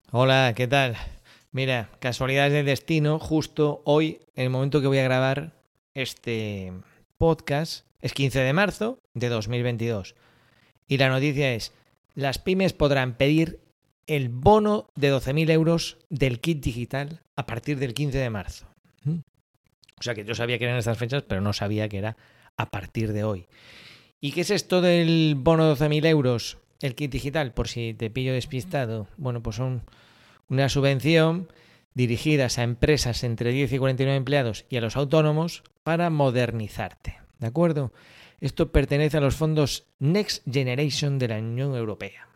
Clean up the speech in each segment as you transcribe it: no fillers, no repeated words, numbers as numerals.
Hola, ¿qué tal? Mira, casualidades del destino, justo hoy, en el momento que voy a grabar este podcast, es 15 de marzo de 2022. Y la noticia es, las pymes podrán pedir el bono de 12.000 euros del kit digital a partir del 15 de marzo. O sea que yo sabía que eran estas fechas, pero no sabía que era a partir de hoy. ¿Y qué es esto del bono de 12.000 euros, el kit digital? Por si te pillo despistado. Bueno, pues son una subvención dirigidas a empresas entre 10 y 49 empleados y a los autónomos para modernizarte. ¿De acuerdo? Esto pertenece a los fondos Next Generation de la Unión Europea.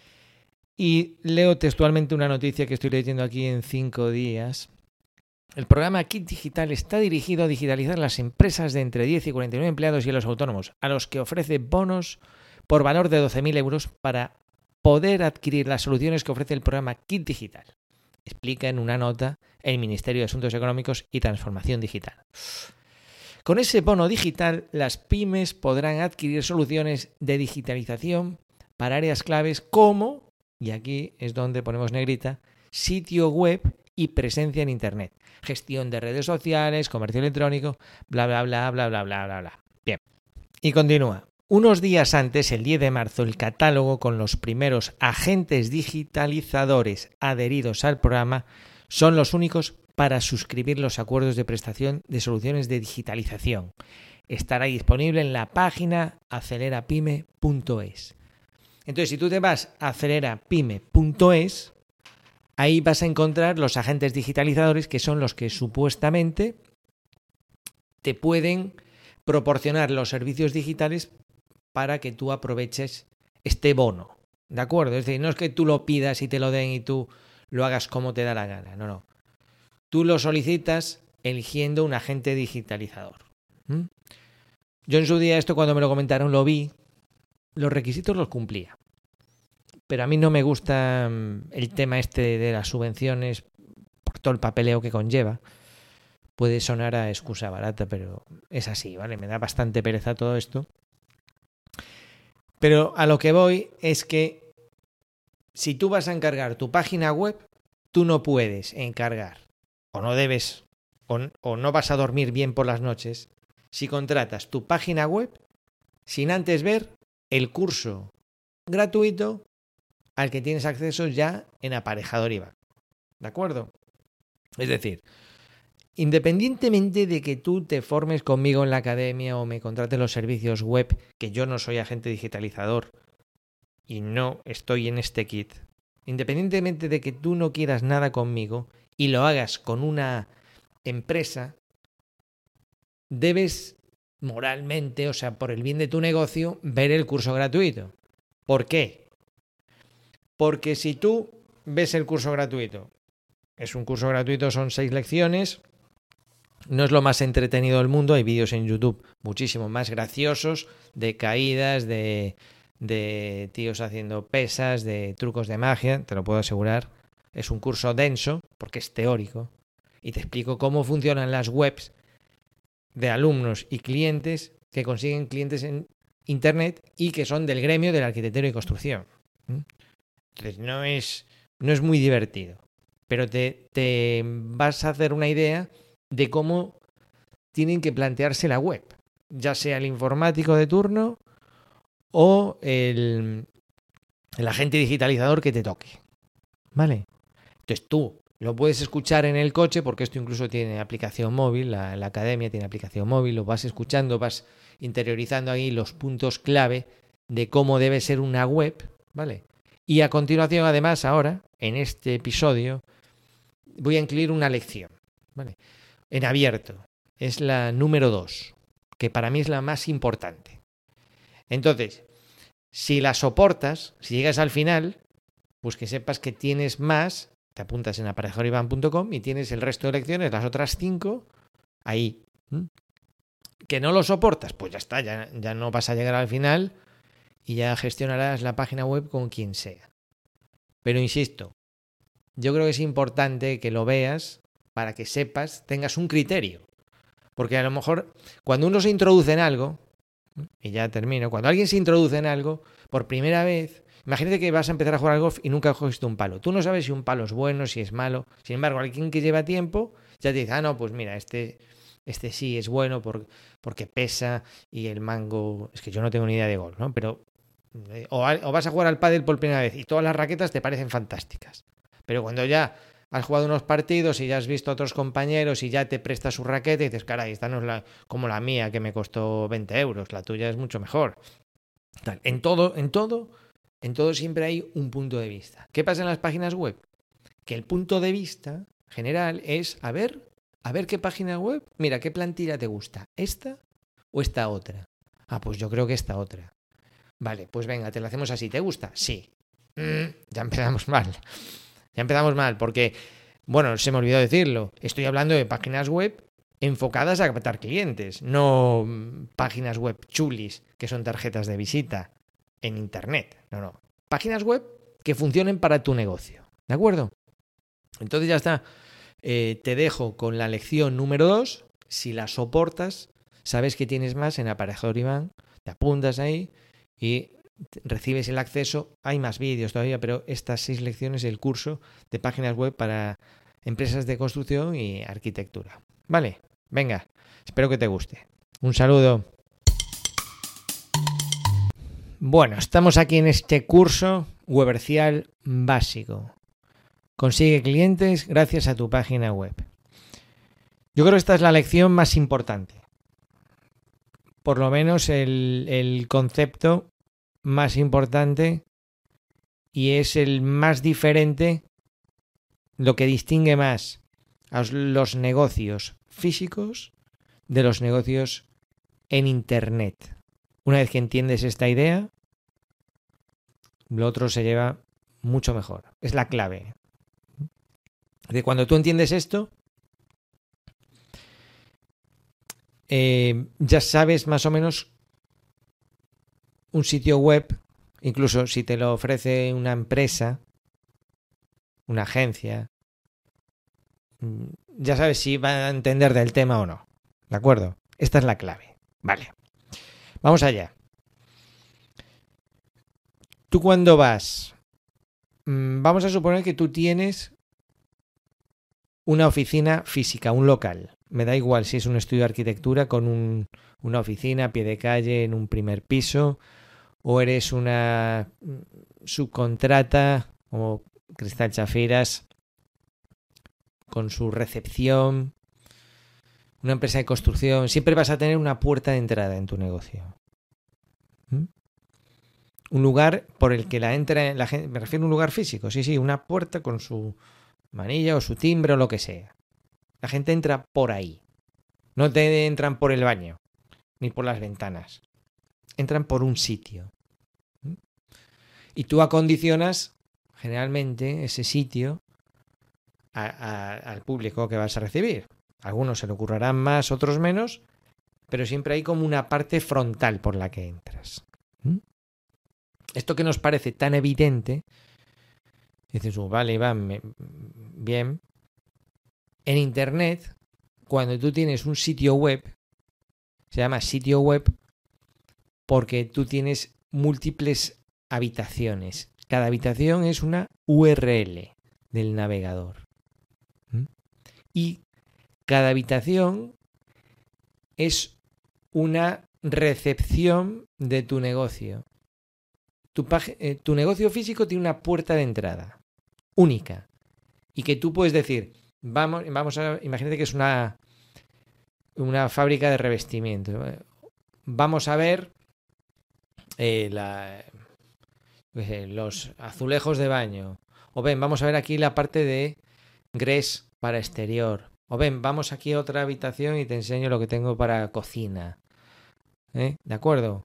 Y leo textualmente una noticia que estoy leyendo aquí en 5 días. El programa Kit Digital está dirigido a digitalizar las empresas de entre 10 y 49 empleados y a los autónomos, a los que ofrece bonos por valor de 12.000 euros para poder adquirir las soluciones que ofrece el programa Kit Digital. Explica en una nota el Ministerio de Asuntos Económicos y Transformación Digital. Con ese bono digital, las pymes podrán adquirir soluciones de digitalización para áreas claves como, y aquí es donde ponemos negrita, sitio web y presencia en Internet, gestión de redes sociales, comercio electrónico, bla, bla, bla, bla, bla, bla, bla, bla. Bien. Y continúa. Unos días antes, el 10 de marzo, el catálogo con los primeros agentes digitalizadores adheridos al programa son los únicos para suscribir los acuerdos de prestación de soluciones de digitalización. Estará disponible en la página acelerapyme.es. Entonces, si tú te vas a acelerapyme.es, ahí vas a encontrar los agentes digitalizadores que son los que supuestamente te pueden proporcionar los servicios digitales para que tú aproveches este bono, ¿de acuerdo? Es decir, no es que tú lo pidas y te lo den y tú lo hagas como te da la gana, no. Tú lo solicitas eligiendo un agente digitalizador. Yo en su día esto cuando me lo comentaron lo vi, los requisitos los cumplía. Pero a mí no me gusta el tema este de las subvenciones por todo el papeleo que conlleva. Puede sonar a excusa barata, pero es así, ¿vale? Me da bastante pereza todo esto. Pero a lo que voy es que si tú vas a encargar tu página web, tú no puedes encargar, o no debes, o no vas a dormir bien por las noches, si contratas tu página web sin antes ver el curso gratuito al que tienes acceso ya en Aparejador IVA. ¿De acuerdo? Es decir, independientemente de que tú te formes conmigo en la academia o me contrates los servicios web, que yo no soy agente digitalizador y no estoy en este kit, independientemente de que tú no quieras nada conmigo y lo hagas con una empresa, debes moralmente, o sea, por el bien de tu negocio, ver el curso gratuito. ¿Por qué? Porque si tú ves el curso gratuito, es un curso gratuito, son 6 lecciones, no es lo más entretenido del mundo, hay vídeos en YouTube muchísimo más graciosos, de caídas, de tíos haciendo pesas, de trucos de magia, te lo puedo asegurar. Es un curso denso, porque es teórico, y te explico cómo funcionan las webs de alumnos y clientes que consiguen clientes en Internet y que son del gremio de la arquitectura y construcción. Entonces no es muy divertido, pero te vas a hacer una idea de cómo tienen que plantearse la web, ya sea el informático de turno o el agente digitalizador que te toque. ¿Vale? Entonces tú lo puedes escuchar en el coche, porque esto incluso tiene aplicación móvil, la academia tiene aplicación móvil, lo vas escuchando, vas interiorizando ahí los puntos clave de cómo debe ser una web, ¿vale? Y a continuación, además, ahora, en este episodio, voy a incluir una lección, ¿vale? En abierto. Es la número 2, que para mí es la más importante. Entonces, si la soportas, si llegas al final, pues que sepas que tienes más, te apuntas en aparejadorivan.com y tienes el resto de lecciones, las otras 5, ahí. ¿Que no lo soportas? Pues ya está, ya no vas a llegar al final y ya gestionarás la página web con quien sea. Pero insisto, yo creo que es importante que lo veas para que sepas, tengas un criterio. Porque a lo mejor cuando uno se introduce en algo, y ya termino, cuando alguien se introduce en algo, por primera vez, Imagínate que vas a empezar a jugar al golf y nunca cogiste un palo. Tú no sabes si un palo es bueno, si es malo. Sin embargo, alguien que lleva tiempo ya te dice, no, pues mira, este sí es bueno porque pesa y el mango... Es que yo no tengo ni idea de golf, ¿no? Pero... O vas a jugar al pádel por primera vez y todas las raquetas te parecen fantásticas. Pero cuando ya has jugado unos partidos y ya has visto a otros compañeros y ya te presta su raqueta y dices, caray, esta no es como la mía que me costó 20 euros, la tuya es mucho mejor. En todo siempre hay un punto de vista. ¿Qué pasa en las páginas web? Que el punto de vista general es a ver qué página web, mira, qué plantilla te gusta, ¿esta o esta otra? Ah, pues yo creo que esta otra. Vale, pues venga, te lo hacemos así, ¿te gusta? Sí. Ya empezamos mal. Ya empezamos mal porque, bueno, se me olvidó decirlo, estoy hablando de páginas web enfocadas a captar clientes, no páginas web chulis que son tarjetas de visita en internet. No. Páginas web que funcionen para tu negocio. ¿De acuerdo? Entonces ya está. Te dejo con la lección número 2. Si la soportas, sabes que tienes más en Aparejador Iván. Te apuntas ahí y recibes el acceso. Hay más vídeos todavía, pero estas 6 lecciones del curso de páginas web para empresas de construcción y arquitectura. Vale, venga, espero que te guste. Un saludo. Bueno, estamos aquí en este curso Webercial básico. Consigue clientes gracias a tu página web. Yo creo que esta es la lección más importante. Por lo menos el concepto más importante y es el más diferente, lo que distingue más a los negocios físicos de los negocios en Internet. Una vez que entiendes esta idea, lo otro se lleva mucho mejor. Es la clave. De cuando tú entiendes esto, ya sabes más o menos un sitio web, incluso si te lo ofrece una empresa, una agencia, ya sabes si va a entender del tema o no. ¿De acuerdo? Esta es la clave. Vale. Vamos allá. Tú cuando vas, vamos a suponer que tú tienes una oficina física, un local. Me da igual si es un estudio de arquitectura con una oficina a pie de calle en un primer piso o eres una subcontrata como Cristal Chafiras con su recepción, una empresa de construcción. Siempre vas a tener una puerta de entrada en tu negocio. Un lugar por el que la gente, me refiero a un lugar físico, sí, una puerta con su manilla o su timbre o lo que sea. La gente entra por ahí. No te entran por el baño, ni por las ventanas. Entran por un sitio. Y tú acondicionas generalmente ese sitio al público que vas a recibir. Algunos se le ocurrirán más, otros menos, pero siempre hay como una parte frontal por la que entras. Esto que nos parece tan evidente, dices, vale, Iván, bien. En Internet, cuando tú tienes un sitio web, se llama sitio web porque tú tienes múltiples habitaciones. Cada habitación es una URL del navegador. Y cada habitación es una recepción de tu negocio. Tu negocio físico tiene una puerta de entrada única y que tú puedes decir, vamos a, imagínate que es una fábrica de revestimiento. Vamos a ver los azulejos de baño. O vamos a ver aquí la parte de grés para exterior. O vamos aquí a otra habitación y te enseño lo que tengo para cocina. ¿De acuerdo?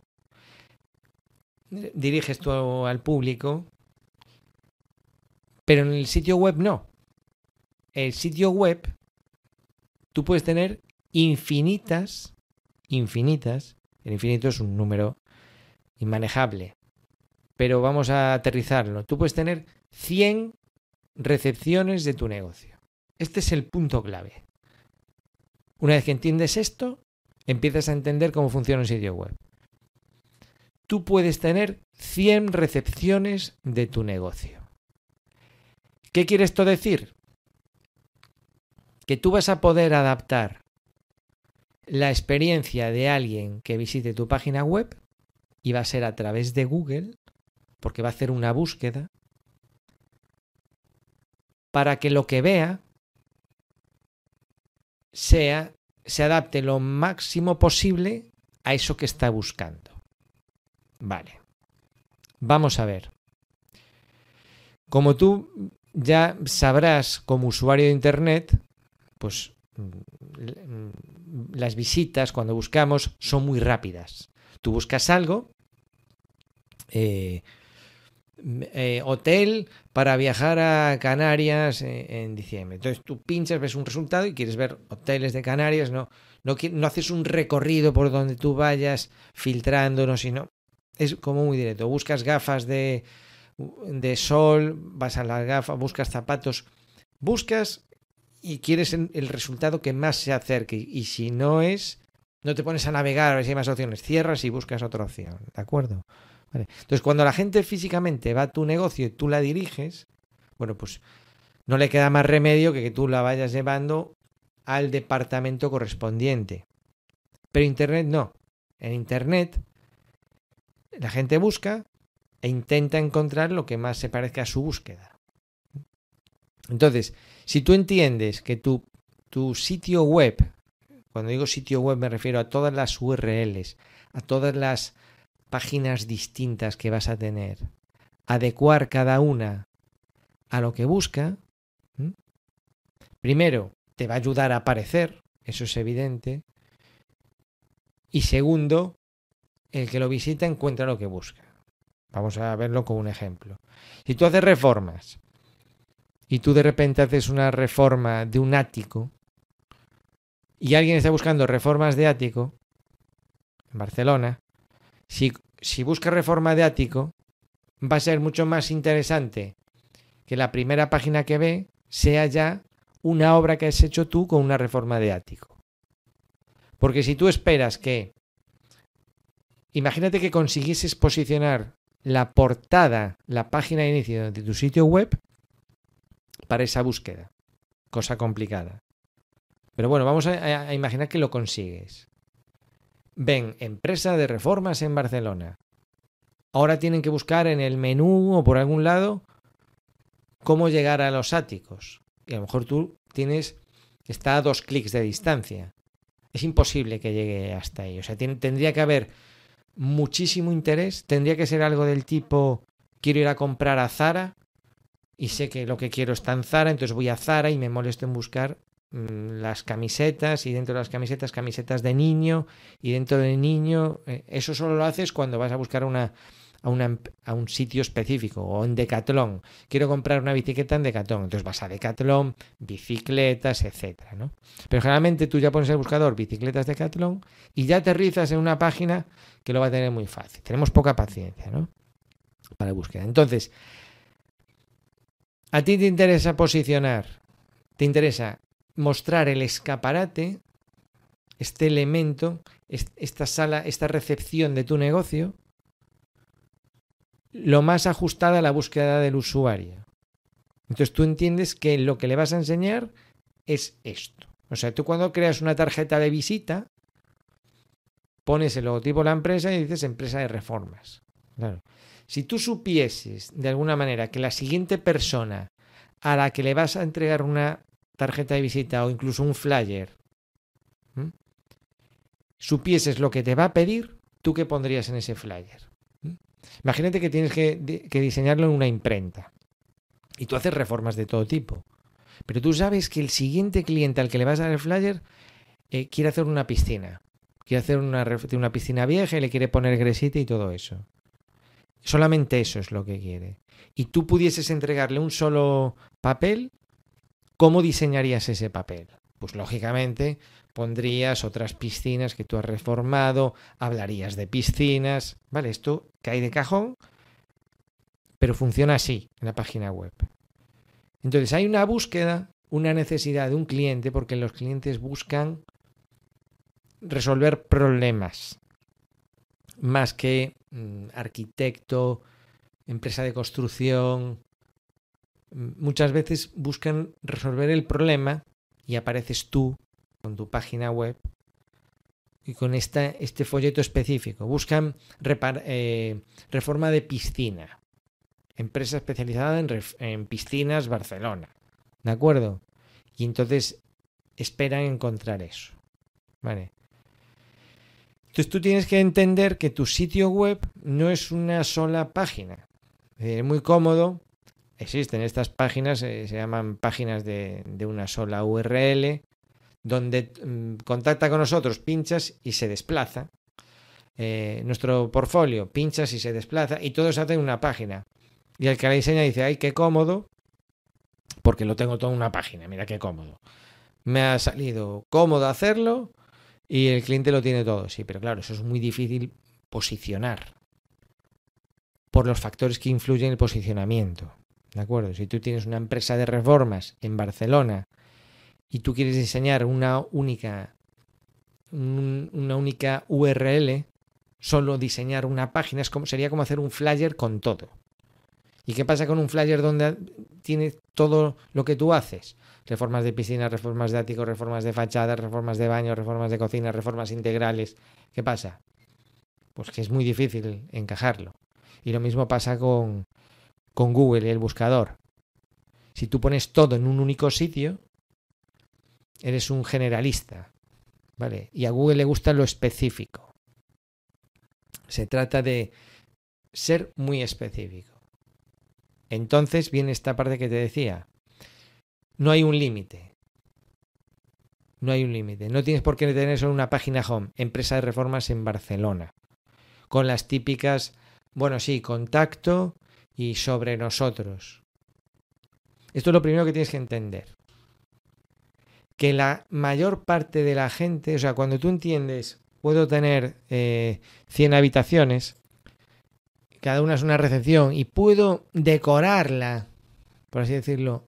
Diriges tú al público, pero en el sitio web no. El sitio web tú puedes tener infinitas, el infinito es un número inmanejable, pero vamos a aterrizarlo. Tú puedes tener 100 recepciones de tu negocio. Este es el punto clave. Una vez que entiendes esto, empiezas a entender cómo funciona un sitio web. tú puedes tener 100 recepciones de tu negocio. ¿Qué quiere esto decir? Que tú vas a poder adaptar la experiencia de alguien que visite tu página web y va a ser a través de Google, porque va a hacer una búsqueda, para que lo que vea se adapte lo máximo posible a eso que está buscando. Vale. Vamos a ver. Como tú ya sabrás como usuario de Internet, pues las visitas cuando buscamos son muy rápidas. Tú buscas algo, hotel para viajar a Canarias en diciembre. Entonces tú pinchas, ves un resultado y quieres ver hoteles de Canarias, no haces un recorrido por donde tú vayas filtrándonos, sino es como muy directo. Buscas gafas de sol, vas a las gafas, buscas zapatos, buscas y quieres el resultado que más se acerque, y si no es, no te pones a navegar a ver si hay más opciones, cierras y buscas otra opción, ¿de acuerdo? Vale. Entonces, cuando la gente físicamente va a tu negocio y tú la diriges, bueno, pues no le queda más remedio que tú la vayas llevando al departamento correspondiente. Pero Internet no. En Internet la gente busca e intenta encontrar lo que más se parezca a su búsqueda. Entonces, si tú entiendes que tu sitio web, cuando digo sitio web me refiero a todas las URLs, a todas las páginas distintas que vas a tener, adecuar cada una a lo que busca, primero, te va a ayudar a aparecer, eso es evidente, y segundo, el que lo visita encuentra lo que busca. Vamos a verlo con un ejemplo. Si tú haces reformas y tú de repente haces una reforma de un ático y alguien está buscando reformas de ático en Barcelona, si busca reforma de ático, va a ser mucho más interesante que la primera página que ve sea ya una obra que has hecho tú con una reforma de ático. Porque si tú esperas que, imagínate que consiguieses posicionar la portada, la página de inicio de tu sitio web para esa búsqueda, cosa complicada. Pero bueno, vamos a imaginar que lo consigues. Ven, empresa de reformas en Barcelona. Ahora tienen que buscar en el menú o por algún lado cómo llegar a los áticos. Y a lo mejor tú está a 2 clics de distancia. Es imposible que llegue hasta ahí. O sea, tendría que haber muchísimo interés. Tendría que ser algo del tipo: quiero ir a comprar a Zara y sé que lo que quiero está en Zara, entonces voy a Zara y me molesto en buscar las camisetas, y dentro de las camisetas de niño, y dentro de niño, eso solo lo haces cuando vas a buscar a un sitio específico, o en Decathlon. Quiero comprar una bicicleta en Decathlon, entonces vas a Decathlon, bicicletas, etcétera, ¿no? Pero generalmente tú ya pones el buscador bicicletas Decathlon y ya aterrizas en una página que lo va a tener muy fácil. Tenemos poca paciencia, ¿no?, para la búsqueda. Entonces, a ti te interesa posicionar, te interesa mostrar el escaparate, este elemento, esta sala, esta recepción de tu negocio, lo más ajustada a la búsqueda del usuario. Entonces tú entiendes que lo que le vas a enseñar es esto. O sea, tú cuando creas una tarjeta de visita, pones el logotipo de la empresa y dices empresa de reformas. Claro. Si tú supieses de alguna manera que la siguiente persona a la que le vas a entregar una tarjeta de visita o incluso un flyer, supieses lo que te va a pedir, ¿tú qué pondrías en ese flyer? Imagínate que tienes que diseñarlo en una imprenta y tú haces reformas de todo tipo, pero tú sabes que el siguiente cliente al que le vas a dar el flyer quiere hacer una piscina, quiere hacer una piscina vieja y le quiere poner gresita y todo eso. Solamente eso es lo que quiere. Y tú pudieses entregarle un solo papel, ¿cómo diseñarías ese papel? Pues lógicamente pondrías otras piscinas que tú has reformado, hablarías de piscinas, ¿vale? Esto cae de cajón, pero funciona así en la página web. Entonces hay una búsqueda, una necesidad de un cliente, porque los clientes buscan resolver problemas. más que arquitecto, empresa de construcción. Muchas veces buscan resolver el problema y apareces tú con tu página web y con este folleto específico. Buscan reforma de piscina. Empresa especializada en piscinas Barcelona. ¿De acuerdo? Y entonces esperan encontrar eso. ¿Vale? Entonces tú tienes que entender que tu sitio web no es una sola página. Es muy cómodo. Existen estas páginas, se llaman páginas de una sola URL, donde contacta con nosotros, pinchas y se desplaza. Nuestro portfolio, pinchas y se desplaza y todo se hace en una página. Y el que la diseña dice, ay, qué cómodo, porque lo tengo todo en una página, mira qué cómodo. Me ha salido cómodo hacerlo y el cliente lo tiene todo. Sí, pero claro, eso es muy difícil posicionar por los factores que influyen en el posicionamiento. ¿De acuerdo? Si tú tienes una empresa de reformas en Barcelona y tú quieres diseñar una única URL, solo diseñar una página sería como hacer un flyer con todo. ¿Y qué pasa con un flyer donde tiene todo lo que tú haces? Reformas de piscina, reformas de ático, reformas de fachadas, reformas de baño, reformas de cocina, reformas integrales. ¿Qué pasa? Pues que es muy difícil encajarlo. Y lo mismo pasa con Google y el buscador. Si tú pones todo en un único sitio, eres un generalista, ¿vale? Y a Google le gusta lo específico. Se trata de ser muy específico. Entonces viene esta parte que te decía. No hay un límite. No hay un límite. No tienes por qué tener solo una página home. Empresa de reformas en Barcelona. Con las típicas, bueno, sí, contacto y sobre nosotros. Esto es lo primero que tienes que entender. Que la mayor parte de la gente, o sea, cuando tú entiendes, puedo tener 100 habitaciones, cada una es una recepción y puedo decorarla, por así decirlo,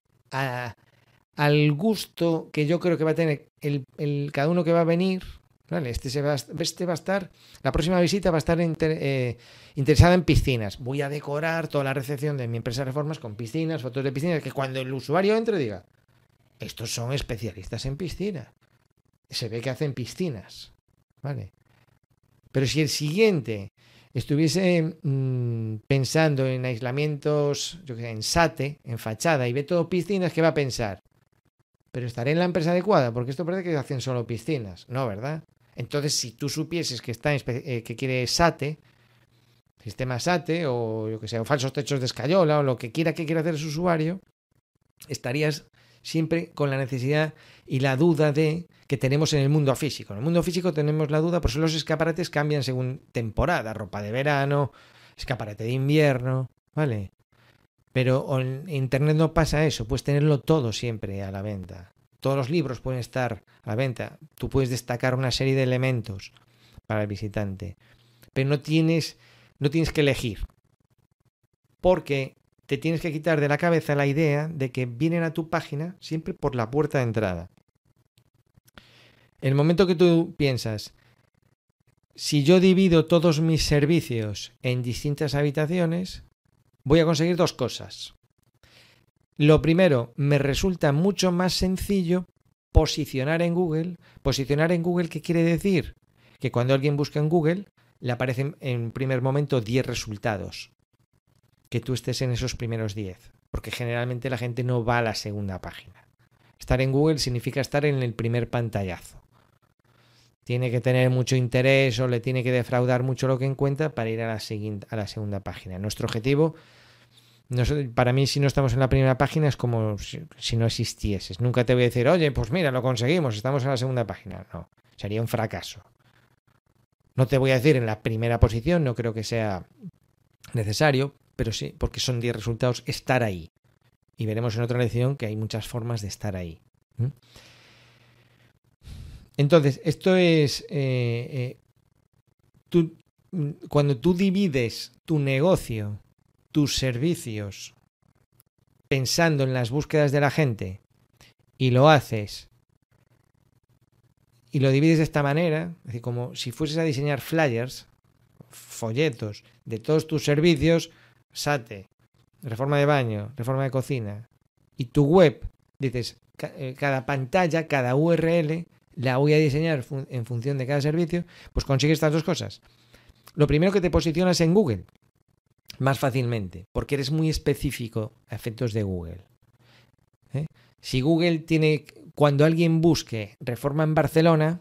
al gusto que yo creo que va a tener cada uno que va a venir, ¿vale? Este va a estar, la próxima visita va a estar interesada en piscinas. Voy a decorar toda la recepción de mi empresa de reformas con piscinas, fotos de piscinas, que cuando el usuario entre diga, estos son especialistas en piscinas. Se ve que hacen piscinas, ¿vale? Pero si el siguiente estuviese pensando en aislamientos, yo qué sé, en SATE, en fachada, y ve todo piscinas, ¿qué va a pensar? Pero estaré en la empresa adecuada, porque esto parece que hacen solo piscinas. No, ¿verdad? Entonces, si tú supieses que que quiere SATE, sistema SATE, o yo que sé, o falsos techos de escayola, o lo que quiera hacer su usuario, estarías siempre con la necesidad y la duda de que tenemos en el mundo físico. En el mundo físico tenemos la duda, por eso los escaparates cambian según temporada, ropa de verano, escaparate de invierno, ¿vale? Pero en Internet no pasa eso, puedes tenerlo todo siempre a la venta. Todos los libros pueden estar a la venta. Tú puedes destacar una serie de elementos para el visitante. Pero no tienes que elegir. Porque te tienes que quitar de la cabeza la idea de que vienen a tu página siempre por la puerta de entrada. En el momento que tú piensas, si yo divido todos mis servicios en distintas habitaciones, voy a conseguir dos cosas. Lo primero, me resulta mucho más sencillo posicionar en Google. Posicionar en Google, ¿qué quiere decir? Que cuando alguien busca en Google, le aparecen en primer momento 10 resultados. Que tú estés en esos primeros 10. Porque generalmente la gente no va a la segunda página. Estar en Google significa estar en el primer pantallazo. Tiene que tener mucho interés o le tiene que defraudar mucho lo que encuentra para ir a la segunda página. Nuestro objetivo, para mí, si no estamos en la primera página, es como si no existieses. Nunca te voy a decir, oye, pues mira, lo conseguimos, estamos en la segunda página. No, sería un fracaso. No te voy a decir en la primera posición, no creo que sea necesario, pero sí, porque son 10 resultados, estar ahí. Y veremos en otra lección que hay muchas formas de estar ahí. Entonces, esto es... cuando tú divides tu negocio, tus servicios, pensando en las búsquedas de la gente, y lo haces, y lo divides de esta manera, es decir, como si fueses a diseñar flyers, folletos de todos tus servicios, SATE, reforma de baño, reforma de cocina, y tu web, dices, cada pantalla, cada URL, la voy a diseñar en función de cada servicio, pues consigues estas dos cosas. Lo primero, que te posicionas en Google más fácilmente, porque eres muy específico a efectos de Google. Si Google tiene, cuando alguien busque reforma en Barcelona,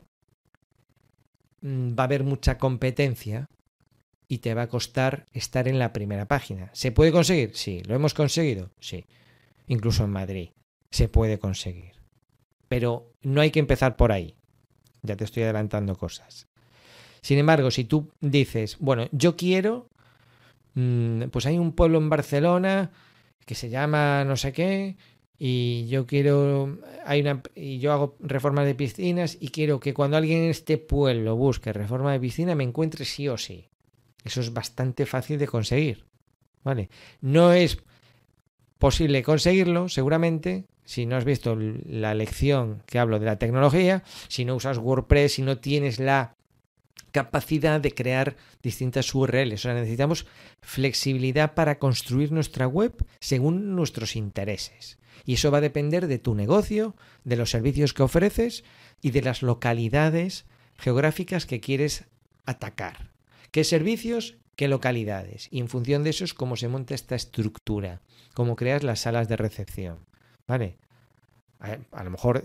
va a haber mucha competencia y te va a costar estar en la primera página. ¿Se puede conseguir? Sí. ¿Lo hemos conseguido? Sí. Incluso en Madrid se puede conseguir. Pero no hay que empezar por ahí. Ya te estoy adelantando cosas. Sin embargo, si tú dices, bueno, yo quiero, pues hay un pueblo en Barcelona que se llama no sé qué, y yo quiero, y yo hago reformas de piscinas y quiero que cuando alguien en este pueblo busque reforma de piscina me encuentre sí o sí. Eso es bastante fácil de conseguir, ¿vale? No es posible conseguirlo, seguramente, si no has visto la lección que hablo de la tecnología, si no usas WordPress, si no tienes la capacidad de crear distintas URLs. O sea, necesitamos flexibilidad para construir nuestra web según nuestros intereses. Y eso va a depender de tu negocio, de los servicios que ofreces y de las localidades geográficas que quieres atacar. ¿Qué servicios? ¿Qué localidades? Y en función de eso es cómo se monta esta estructura, cómo creas las salas de recepción. ¿Vale? A lo mejor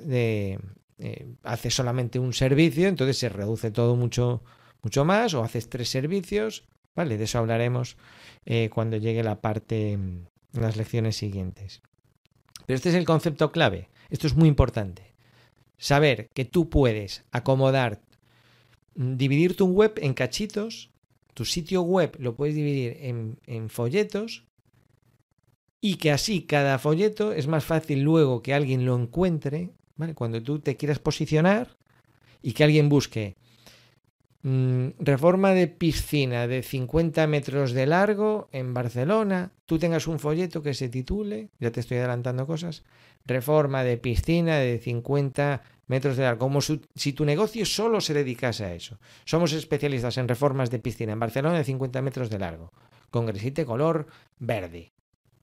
haces solamente un servicio, entonces se reduce todo mucho más, o haces 3 servicios, ¿vale? De eso hablaremos cuando llegue la parte, las lecciones siguientes. Pero este es el concepto clave. Esto es muy importante. Saber que tú puedes acomodar, dividir tu web en cachitos, tu sitio web lo puedes dividir en folletos, y que así cada folleto es más fácil luego que alguien lo encuentre, ¿vale? Cuando tú te quieras posicionar y que alguien busque reforma de piscina de 50 metros de largo en Barcelona, tú tengas un folleto que se titule, ya te estoy adelantando cosas, reforma de piscina de 50 metros de largo, como si tu negocio solo se dedicase a eso. Somos especialistas en reformas de piscina en Barcelona de 50 metros de largo, con gresite color verde.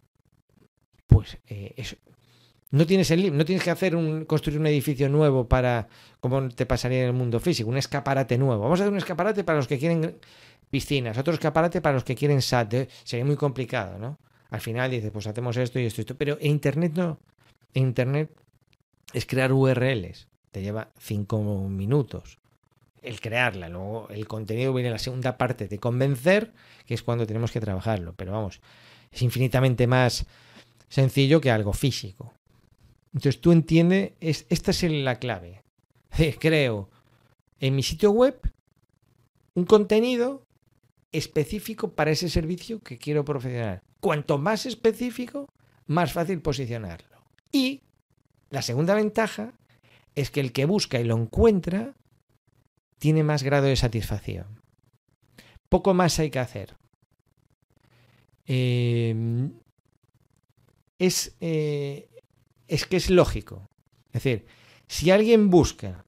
Pues eso. No tienes que construir un edificio nuevo para, como te pasaría en el mundo físico, un escaparate nuevo. Vamos a hacer un escaparate para los que quieren piscinas, otro escaparate para los que quieren SAT. Sería muy complicado, ¿no? Al final dices, pues hacemos esto y esto y esto. Pero en Internet no. En Internet es crear URLs. Te lleva 5 minutos el crearla. Luego el contenido viene en la segunda parte de convencer, que es cuando tenemos que trabajarlo. Pero vamos, es infinitamente más sencillo que algo físico. Entonces tú entiendes, esta es la clave. Creo en mi sitio web un contenido específico para ese servicio que quiero profesional. Cuanto más específico, más fácil posicionarlo. Y la segunda ventaja es que el que busca y lo encuentra tiene más grado de satisfacción. Poco más hay que hacer. Es que es lógico. Es decir, si alguien busca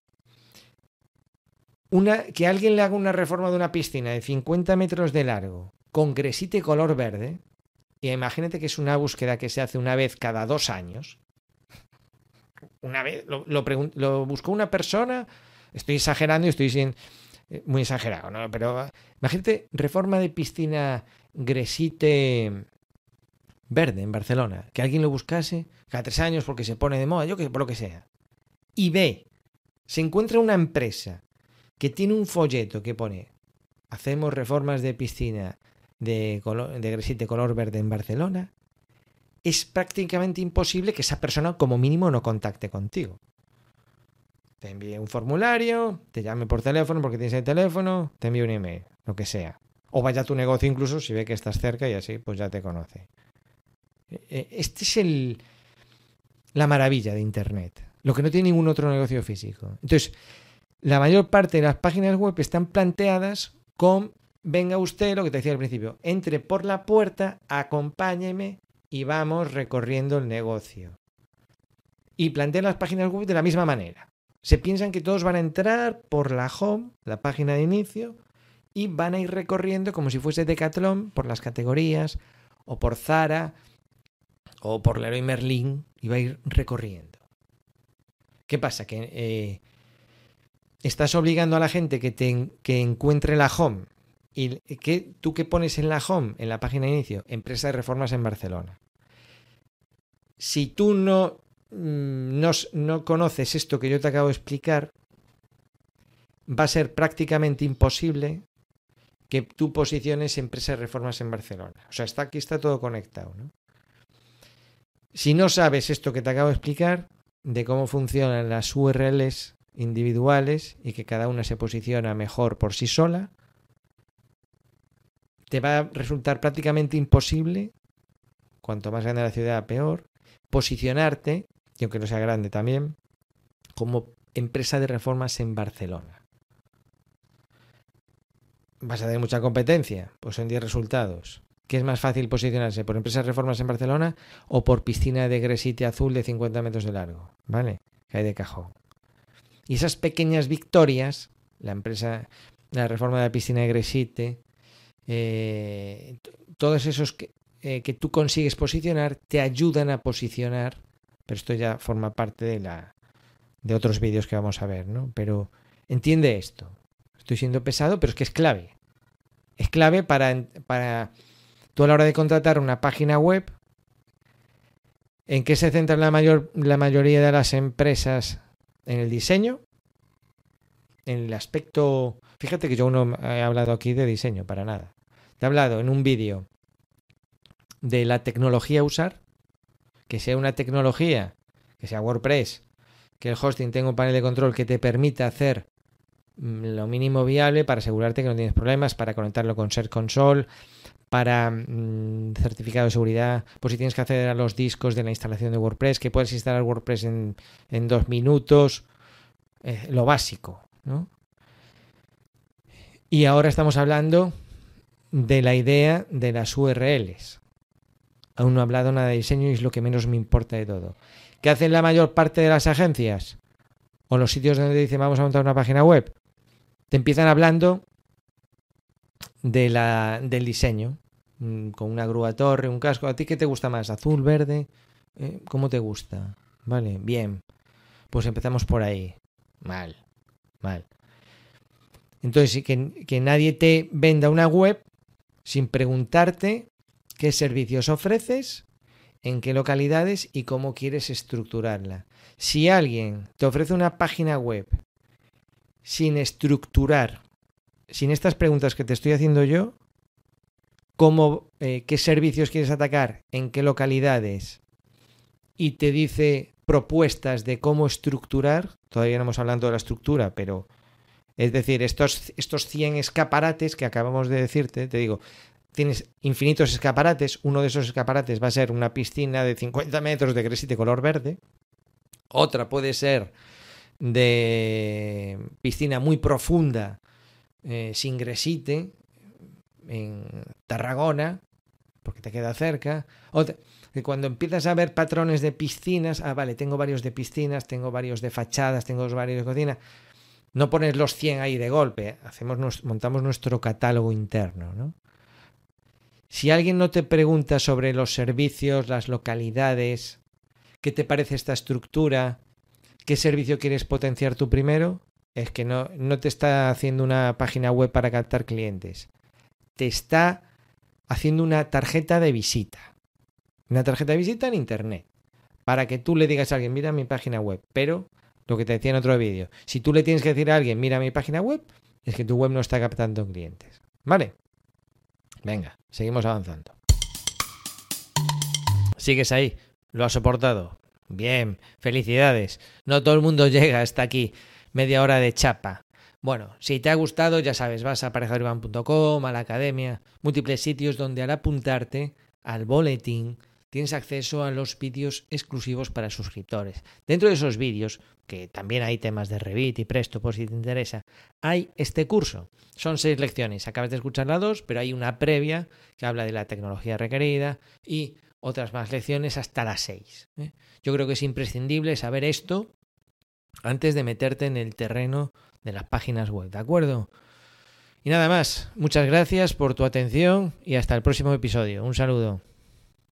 que alguien le haga una reforma de una piscina de 50 metros de largo con gresite color verde, y imagínate que es una búsqueda que se hace una vez cada 2 años. Una vez lo buscó una persona, estoy exagerando y estoy siendo muy exagerado, ¿no? Pero imagínate reforma de piscina gresite verde en Barcelona, que alguien lo buscase cada 3 años porque se pone de moda, yo que por lo que sea, y se encuentra una empresa que tiene un folleto que pone hacemos reformas de piscina de gresite color verde en Barcelona, es prácticamente imposible que esa persona como mínimo no contacte contigo. Te envíe un formulario, te llame por teléfono porque tienes el teléfono, te envíe un email, lo que sea, o vaya a tu negocio incluso si ve que estás cerca y así pues ya te conoce. Este es la maravilla de Internet, lo que no tiene ningún otro negocio físico. Entonces, la mayor parte de las páginas web están planteadas con venga usted, lo que te decía al principio, entre por la puerta, acompáñeme y vamos recorriendo el negocio. Y plantean las páginas web de la misma manera. Se piensan que todos van a entrar por la home, la página de inicio, y van a ir recorriendo como si fuese Decathlon por las categorías, o por Zara, o por Leroy Merlin, y va a ir recorriendo. ¿Qué pasa? Que estás obligando a la gente que encuentre la home. ¿Y tú qué pones en la home, en la página de inicio? Empresa de reformas en Barcelona. Si tú no conoces esto que yo te acabo de explicar, va a ser prácticamente imposible que tú posiciones empresa de reformas en Barcelona. O sea, aquí está todo conectado, ¿no? Si no sabes esto que te acabo de explicar, de cómo funcionan las URLs individuales y que cada una se posiciona mejor por sí sola, te va a resultar prácticamente imposible, cuanto más grande la ciudad, peor, posicionarte, y aunque no sea grande también, como empresa de reformas en Barcelona. ¿Vas a tener mucha competencia? Pues son 10 resultados. ¿Qué es más fácil posicionarse? ¿Por empresas de reformas en Barcelona o por piscina de Gresite azul de 50 metros de largo? ¿Vale? Que hay de cajón. Y esas pequeñas victorias, la reforma de la piscina de Gresite, todos esos que tú consigues posicionar, te ayudan a posicionar, pero esto ya forma parte de otros vídeos que vamos a ver, ¿no? Pero entiende esto. Estoy siendo pesado, pero es que es clave. Es clave para tú a la hora de contratar una página web. ¿En qué se centra la mayoría de las empresas? En el diseño, en el aspecto... Fíjate que yo no he hablado aquí de diseño, para nada. Te he hablado en un vídeo de la tecnología a usar, que sea una tecnología, que sea WordPress, que el hosting tenga un panel de control que te permita hacer lo mínimo viable para asegurarte que no tienes problemas, para conectarlo con Search Console, para certificado de seguridad, pues si tienes que acceder a los discos de la instalación de WordPress, que puedes instalar WordPress en 2 minutos, lo básico, ¿no? Y ahora estamos hablando de la idea de las URLs. Aún no he hablado nada de diseño y es lo que menos me importa de todo. ¿Qué hacen la mayor parte de las agencias? O los sitios donde te dicen vamos a montar una página web. Te empiezan hablando del diseño. Con una grúa torre, un casco. ¿A ti qué te gusta más? ¿Azul, verde? ¿Cómo te gusta? Vale, bien. Pues empezamos por ahí. Mal. Entonces, que nadie te venda una web sin preguntarte qué servicios ofreces, en qué localidades y cómo quieres estructurarla. Si alguien te ofrece una página web sin estructurar, sin estas preguntas que te estoy haciendo yo, qué servicios quieres atacar, en qué localidades, y te dice propuestas de cómo estructurar, todavía no hemos hablado de la estructura, pero es decir, estos 100 escaparates que acabamos de decirte, te digo, tienes infinitos escaparates, uno de esos escaparates va a ser una piscina de 50 metros de Gresite color verde, otra puede ser de piscina muy profunda sin Gresite en Tarragona, porque te queda cerca. Otra, que cuando empiezas a ver patrones de piscinas, vale, tengo varios de piscinas, tengo varios de fachadas, tengo varios de cocina. No pones los 100 ahí de golpe, montamos nuestro catálogo interno, ¿no? Si alguien no te pregunta sobre los servicios, las localidades, qué te parece esta estructura, qué servicio quieres potenciar tú primero, es que no te está haciendo una página web para captar clientes. Te está haciendo una tarjeta de visita. Una tarjeta de visita en internet. Para que tú le digas a alguien, mira mi página web. Pero, lo que te decía en otro vídeo, si tú le tienes que decir a alguien, mira mi página web, es que tu web no está captando clientes. ¿Vale? Venga, seguimos avanzando. ¿Sigues ahí? ¿Lo has soportado? Bien, felicidades. No todo el mundo llega hasta aquí. Media hora de chapa. Bueno, si te ha gustado, ya sabes, vas a parejaurban.com, a la academia, múltiples sitios donde al apuntarte al boletín tienes acceso a los vídeos exclusivos para suscriptores. Dentro de esos vídeos, que también hay temas de Revit y Presto por si te interesa, hay este curso. Son 6 lecciones, acabas de escuchar las 2, pero hay una previa que habla de la tecnología requerida y otras más lecciones hasta las 6. Yo creo que es imprescindible saber esto antes de meterte en el terreno de las páginas web, ¿de acuerdo? Y nada más, muchas gracias por tu atención y hasta el próximo episodio. Un saludo.